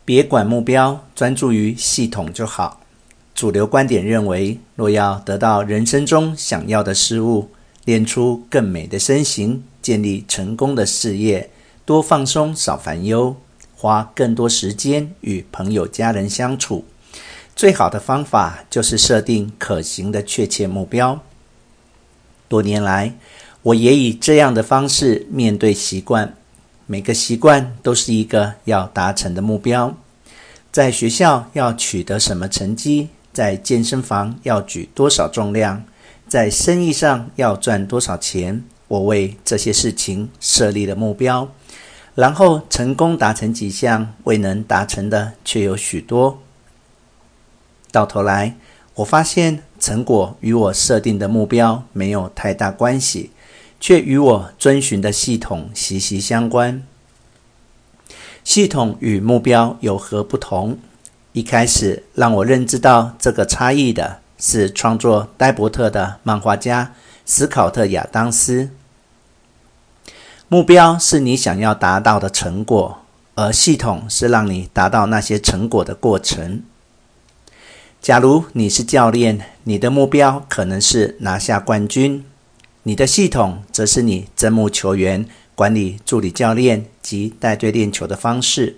别管目标，专注于系统就好。主流观点认为，若要得到人生中想要的事物，练出更美的身形，建立成功的事业，多放松少烦忧，花更多时间与朋友家人相处，最好的方法就是设定可行的确切目标。多年来，我也以这样的方式面对习惯，每个习惯都是一个要达成的目标。在学校要取得什么成绩，在健身房要举多少重量，在生意上要赚多少钱，我为这些事情设立了目标，然后成功达成几项，未能达成的却有许多。到头来，我发现成果与我设定的目标没有太大关系，却与我遵循的系统息息相关。系统与目标有何不同？一开始让我认知到这个差异的是创作呆伯特的漫画家史考特·亚当斯。目标是你想要达到的成果，而系统是让你达到那些成果的过程。假如你是教练，你的目标可能是拿下冠军，你的系统则是你招募球员、管理助理教练及带队练球的方式。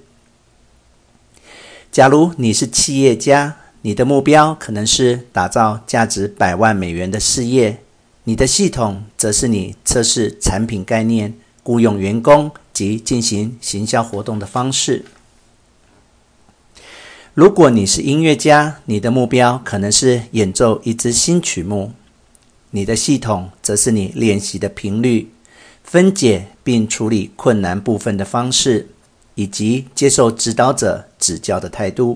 假如你是企业家，你的目标可能是打造价值100万美元的事业，你的系统则是你测试产品概念、雇用员工及进行行销活动的方式。如果你是音乐家，你的目标可能是演奏一支新曲目，你的系统则是你练习的频率、分解并处理困难部分的方式，以及接受指导者指教的态度。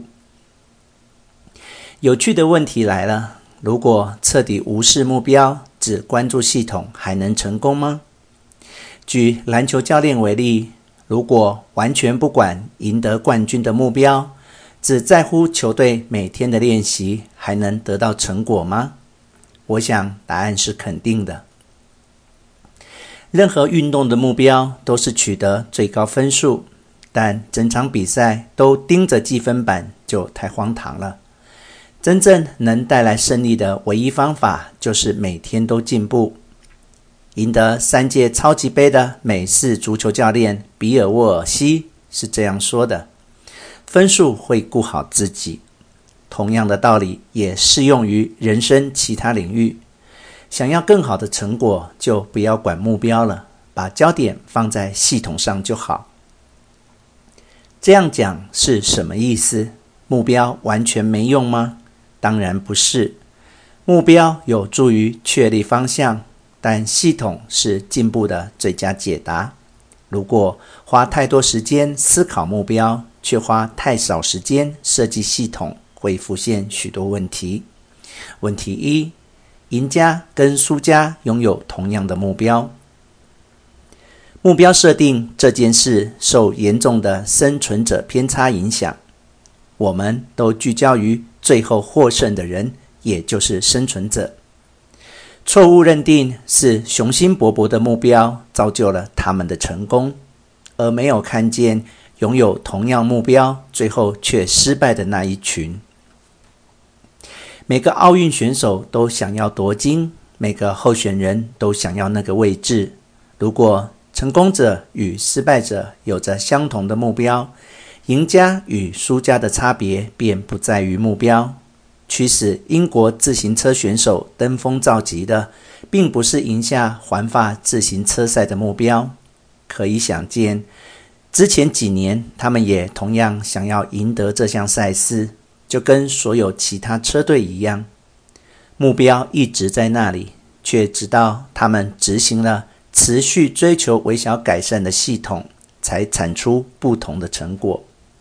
有趣的问题来了，如果彻底无视目标，只关注系统，还能成功吗？举篮球教练为例，如果完全不管赢得冠军的目标，只在乎球队每天的练习，还能得到成果吗？我想答案是肯定的。任何运动的目标都是取得最高分数，但整场比赛都盯着计分板就太荒唐了。真正能带来胜利的唯一方法就是每天都进步。赢得3届超级杯的美式足球教练比尔·沃尔西是这样说的：分数会顾好自己。同样的道理也适用于人生其他领域。想要更好的成果，就不要管目标了，把焦点放在系统上就好。这样讲是什么意思？目标完全没用吗？当然不是。目标有助于确立方向，但系统是进步的最佳解答。如果花太多时间思考目标，却花太少时间设计系统，会浮现许多问题。问题一：赢家跟输家拥有同样的目标。目标设定这件事受严重的生存者偏差影响，我们都聚焦于最后获胜的人，也就是生存者。错误认定是雄心勃勃的目标造就了他们的成功，而没有看见拥有同样目标最后却失败的那一群。每个奥运选手都想要夺金，每个候选人都想要那个位置。如果成功者与失败者有着相同的目标，赢家与输家的差别便不在于目标。驱使英国自行车选手登峰造极的，并不是赢下环法自行车赛的目标。可以想见，之前几年他们也同样想要赢得这项赛事，就跟所有其他车队一样。目标一直在那里，却直到他们执行了持续追求微小改善的系统，才产出不同的成果。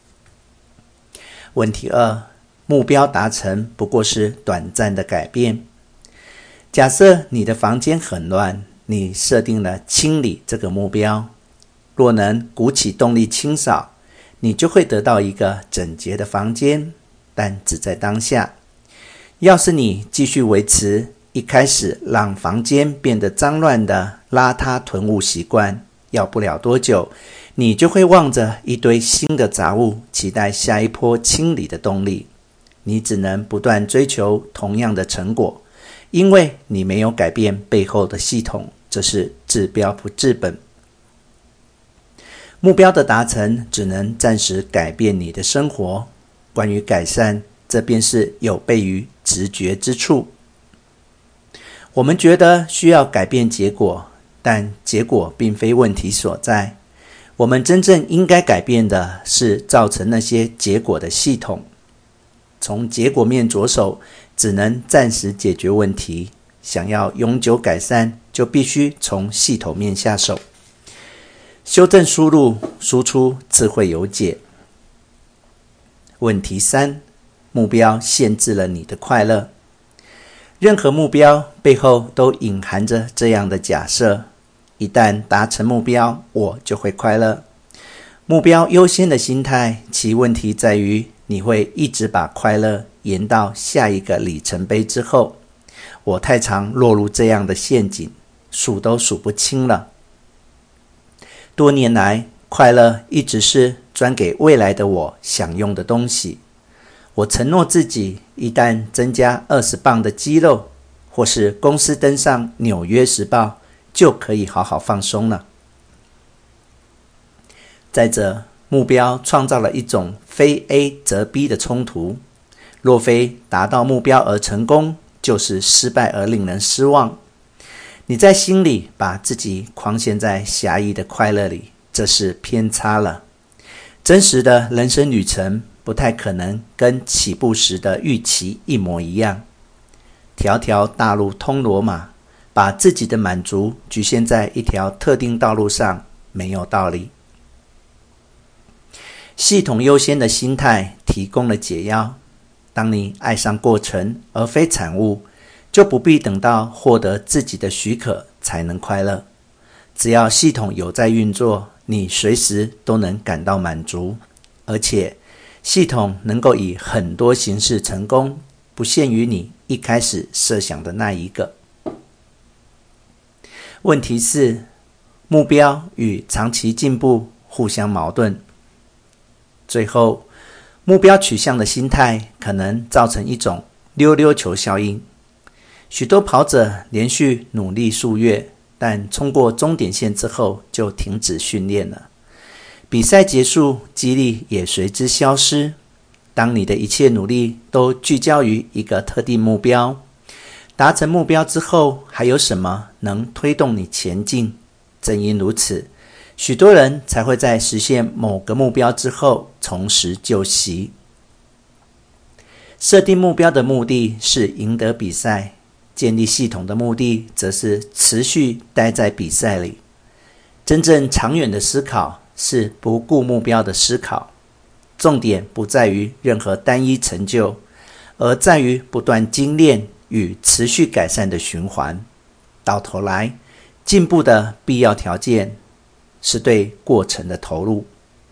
问题二：目标达成不过是短暂的改变。假设你的房间很乱，你设定了清理这个目标，若能鼓起动力清扫，你就会得到一个整洁的房间，但只在当下。要是你继续维持一开始让房间变得脏乱的邋遢囤物习惯，要不了多久， 你就会望着一堆新的杂物，期待下一波清理的动力。你只能不断追求同样的成果，因为你没有改变背后的系统，这是治标不治本。目标的达成只能暂时改变你的生活，关于改善，这便是有悖于直觉之处。我们觉得需要改变结果，但结果并非问题所在。我们真正应该改变的是造成那些结果的系统。从结果面着手，只能暂时解决问题。想要永久改善，就必须从系统面下手。修正输入，输出自会有解。问题3，目标限制了你的快乐。任何目标背后都隐含着这样的假设：一旦达成目标，我就会快乐。目标优先的心态，其问题在于你会一直把快乐延到下一个里程碑之后。我太常落入这样的陷阱，数都数不清了。多年来，快乐一直是专给未来的我享用的东西。我承诺自己，一旦增加20磅的肌肉，或是公司登上纽约时报，就可以好好放松了。再者，目标创造了一种非 A 则 B 的冲突。若非达到目标而成功，就是失败而令人失望。你在心里把自己框陷在狭义的快乐里，这是偏差了。真实的人生旅程不太可能跟起步时的预期一模一样。条条大路通罗马，把自己的满足局限在一条特定道路上，没有道理。系统优先的心态提供了解药。当你爱上过程而非产物，就不必等到获得自己的许可才能快乐。只要系统有在运作，你随时都能感到满足，而且系统能够以很多形式成功，不限于你一开始设想的那一个。问题是，目标与长期进步互相矛盾。最后，目标取向的心态可能造成一种溜溜球效应。许多跑者连续努力数月，但冲过终点线之后就停止训练了。比赛结束，激励也随之消失。当你的一切努力都聚焦于一个特定目标，达成目标之后，还有什么能推动你前进？正因如此，许多人才会在实现某个目标之后重拾旧习。设定目标的目的是赢得比赛，建立系统的目的则是持续待在比赛里。真正长远的思考是不顾目标的思考，重点不在于任何单一成就，而在于不断精炼与持续改善的循环。到头来，进步的必要条件是对过程的投入。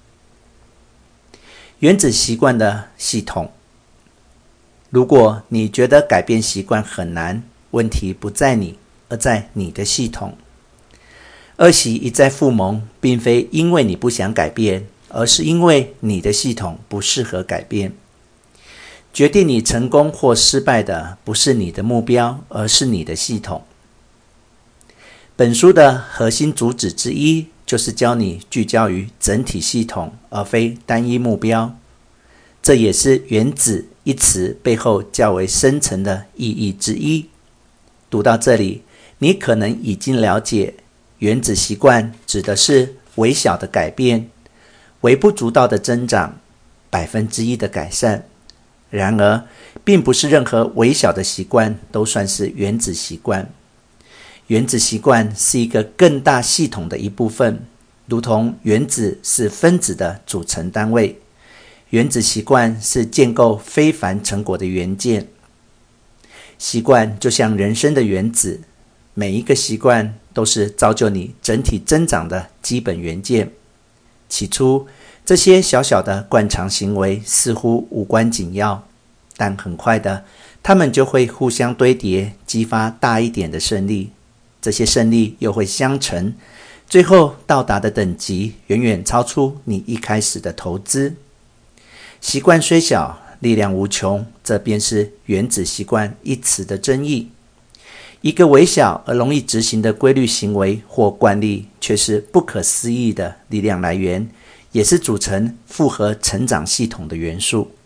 原子习惯的系统。如果你觉得改变习惯很难，问题不在你，而在你的系统。恶习一再复萌，并非因为你不想改变，而是因为你的系统不适合改变。决定你成功或失败的不是你的目标，而是你的系统。本书的核心主旨之一，就是教你聚焦于整体系统，而非单一目标。这也是原子一词背后较为深层的意义之一。读到这里，你可能已经了解，原子习惯指的是微小的改变，微不足道的增长，1%的改善。然而，并不是任何微小的习惯都算是原子习惯。原子习惯是一个更大系统的一部分，如同原子是分子的组成单位。原子习惯是建构非凡成果的元件。习惯就像人生的原子，每一个习惯都是造就你整体增长的基本元件。起初，这些小小的惯常行为似乎无关紧要，但很快的，它们就会互相堆叠，激发大一点的胜利。这些胜利又会相乘， 最后到达的等级远远超出你一开始的投资。习惯虽小，力量无穷，这便是原子习惯一词的真意。一个微小而容易执行的规律行为或惯例，却是不可思议的力量来源，也是组成复合成长系统的元素。